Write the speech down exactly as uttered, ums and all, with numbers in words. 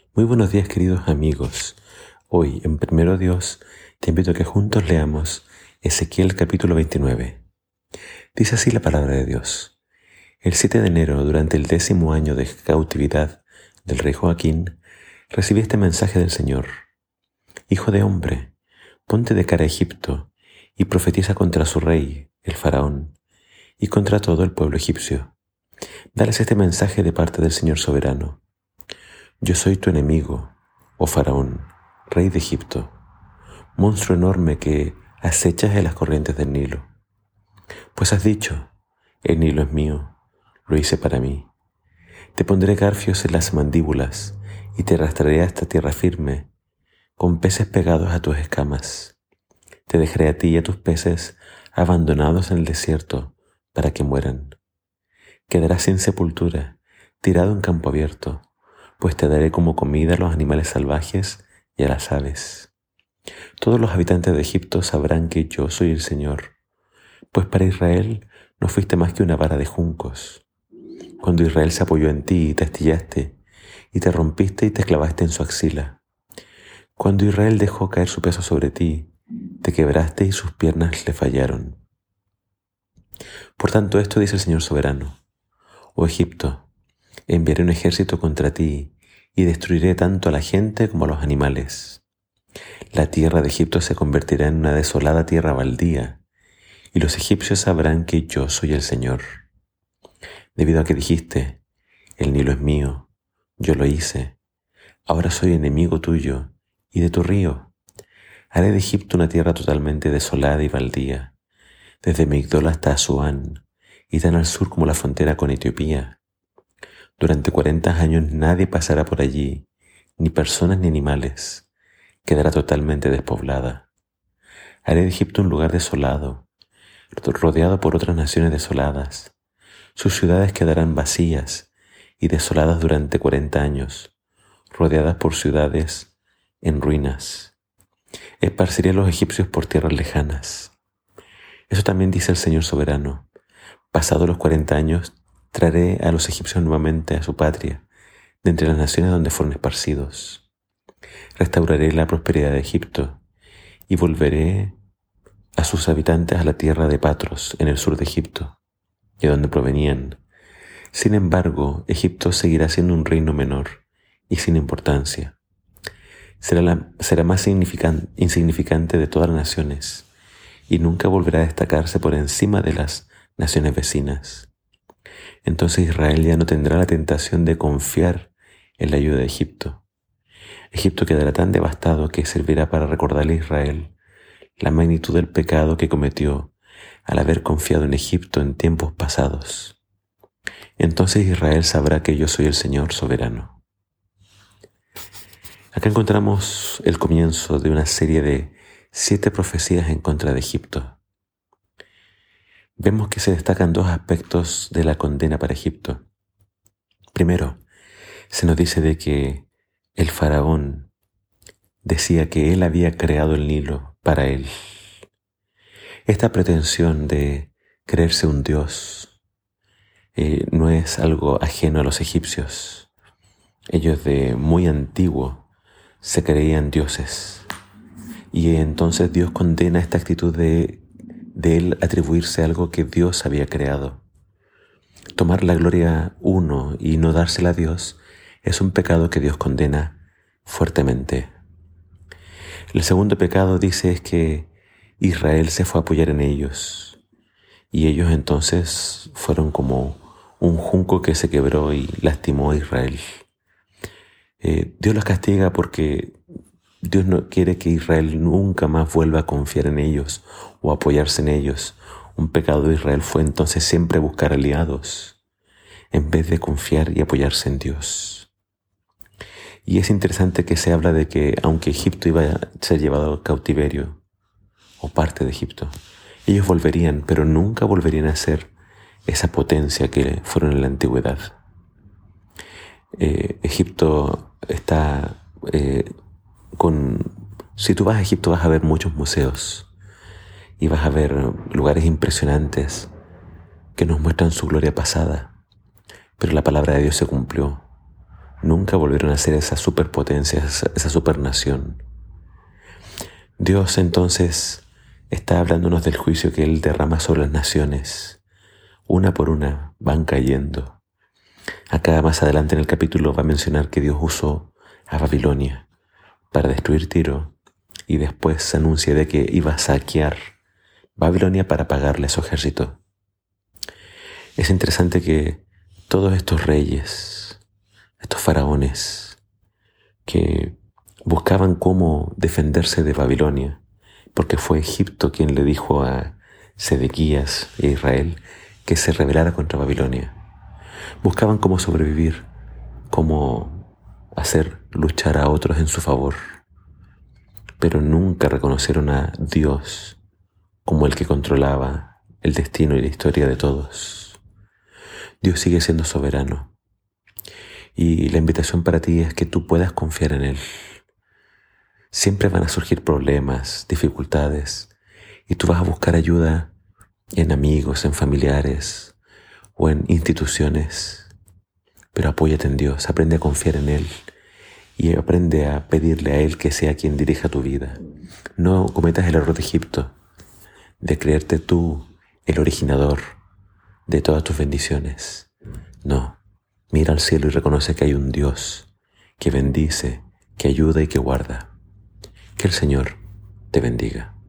Muy buenos días, queridos amigos. Hoy, en Primero Dios, te invito a que juntos leamos Ezequiel capítulo veintinueve. Dice así la palabra de Dios. El siete de enero, durante el décimo año de cautividad del rey Joaquín, recibí este mensaje del Señor. Hijo de hombre, ponte de cara a Egipto y profetiza contra su rey, el faraón, y contra todo el pueblo egipcio. Dales este mensaje de parte del Señor soberano. Yo soy tu enemigo, oh faraón, rey de Egipto, monstruo enorme que acechas en las corrientes del Nilo. Pues has dicho, el Nilo es mío, lo hice para mí. Te pondré garfios en las mandíbulas y te arrastraré hasta tierra firme, con peces pegados a tus escamas. Te dejaré a ti y a tus peces abandonados en el desierto para que mueran. Quedarás sin sepultura, tirado en campo abierto, pues te daré como comida a los animales salvajes y a las aves. Todos los habitantes de Egipto sabrán que yo soy el Señor, pues para Israel no fuiste más que una vara de juncos. Cuando Israel se apoyó en ti y te astillaste, y te rompiste y te clavaste en su axila. Cuando Israel dejó caer su peso sobre ti, te quebraste y sus piernas le fallaron. Por tanto, esto dice el Señor soberano. Oh Egipto, enviaré un ejército contra ti y destruiré tanto a la gente como a los animales. La tierra de Egipto se convertirá en una desolada tierra baldía y los egipcios sabrán que yo soy el Señor. Debido a que dijiste, el Nilo es mío, yo lo hice, ahora soy enemigo tuyo y de tu río. Haré de Egipto una tierra totalmente desolada y baldía, desde Migdol hasta Asuán y tan al sur como la frontera con Etiopía. Durante cuarenta años nadie pasará por allí, ni personas ni animales. Quedará totalmente despoblada. Haré de Egipto un lugar desolado, rodeado por otras naciones desoladas. Sus ciudades quedarán vacías y desoladas durante cuarenta años, rodeadas por ciudades en ruinas. Esparciré a los egipcios por tierras lejanas. Eso también dice el Señor soberano. Pasados los cuarenta años, traeré a los egipcios nuevamente a su patria, de entre las naciones donde fueron esparcidos. Restauraré la prosperidad de Egipto y volveré a sus habitantes a la tierra de Patros, en el sur de Egipto, de donde provenían. Sin embargo, Egipto seguirá siendo un reino menor y sin importancia. Será, la, será más insignificante de todas las naciones y nunca volverá a destacarse por encima de las naciones vecinas. Entonces Israel ya no tendrá la tentación de confiar en la ayuda de Egipto. Egipto quedará tan devastado que servirá para recordarle a Israel la magnitud del pecado que cometió al haber confiado en Egipto en tiempos pasados. Entonces Israel sabrá que yo soy el Señor soberano. Acá encontramos el comienzo de una serie de siete profecías en contra de Egipto. Vemos que se destacan dos aspectos de la condena para Egipto. Primero, se nos dice de que el faraón decía que él había creado el Nilo para él. Esta pretensión de creerse un dios eh, no es algo ajeno a los egipcios. Ellos de muy antiguo se creían dioses. Y entonces Dios condena esta actitud de de él atribuirse a algo que Dios había creado. Tomar la gloria uno y no dársela a Dios es un pecado que Dios condena fuertemente. El segundo pecado, dice, es que Israel se fue a apoyar en ellos y ellos entonces fueron como un junco que se quebró y lastimó a Israel. Eh, Dios los castiga porque Dios no quiere que Israel nunca más vuelva a confiar en ellos o apoyarse en ellos. Un pecado de Israel fue entonces siempre buscar aliados en vez de confiar y apoyarse en Dios. Y es interesante que se habla de que aunque Egipto iba a ser llevado a cautiverio o parte de Egipto, ellos volverían, pero nunca volverían a ser esa potencia que fueron en la antigüedad. Eh, Egipto está... Eh, Con, si tú vas a Egipto vas a ver muchos museos y vas a ver lugares impresionantes que nos muestran su gloria pasada, pero la palabra de Dios se cumplió. nunca volvieron a ser esa superpotencia, esa, esa supernación. Dios entonces está hablándonos del juicio que Él derrama sobre las naciones. Una por una van cayendo. Acá más adelante en el capítulo va a mencionar que Dios usó a Babilonia para destruir Tiro y después se anuncia de que iba a saquear Babilonia para pagarle a su ejército. Es interesante que todos estos reyes, estos faraones que buscaban cómo defenderse de Babilonia, porque fue Egipto quien le dijo a Sedequías e Israel que se rebelara contra Babilonia. Buscaban cómo sobrevivir, cómo hacer luchar a otros en su favor, pero nunca reconocieron a Dios como el que controlaba el destino y la historia de todos. Dios sigue siendo soberano y la invitación para ti es que tú puedas confiar en Él. Siempre van a surgir problemas, dificultades, y tú vas a buscar ayuda en amigos, en familiares o en instituciones. Pero apóyate en Dios, aprende a confiar en Él y aprende a pedirle a Él que sea quien dirija tu vida. No cometas el error de Egipto, de creerte tú el originador de todas tus bendiciones. No, mira al cielo y reconoce que hay un Dios que bendice, que ayuda y que guarda. Que el Señor te bendiga.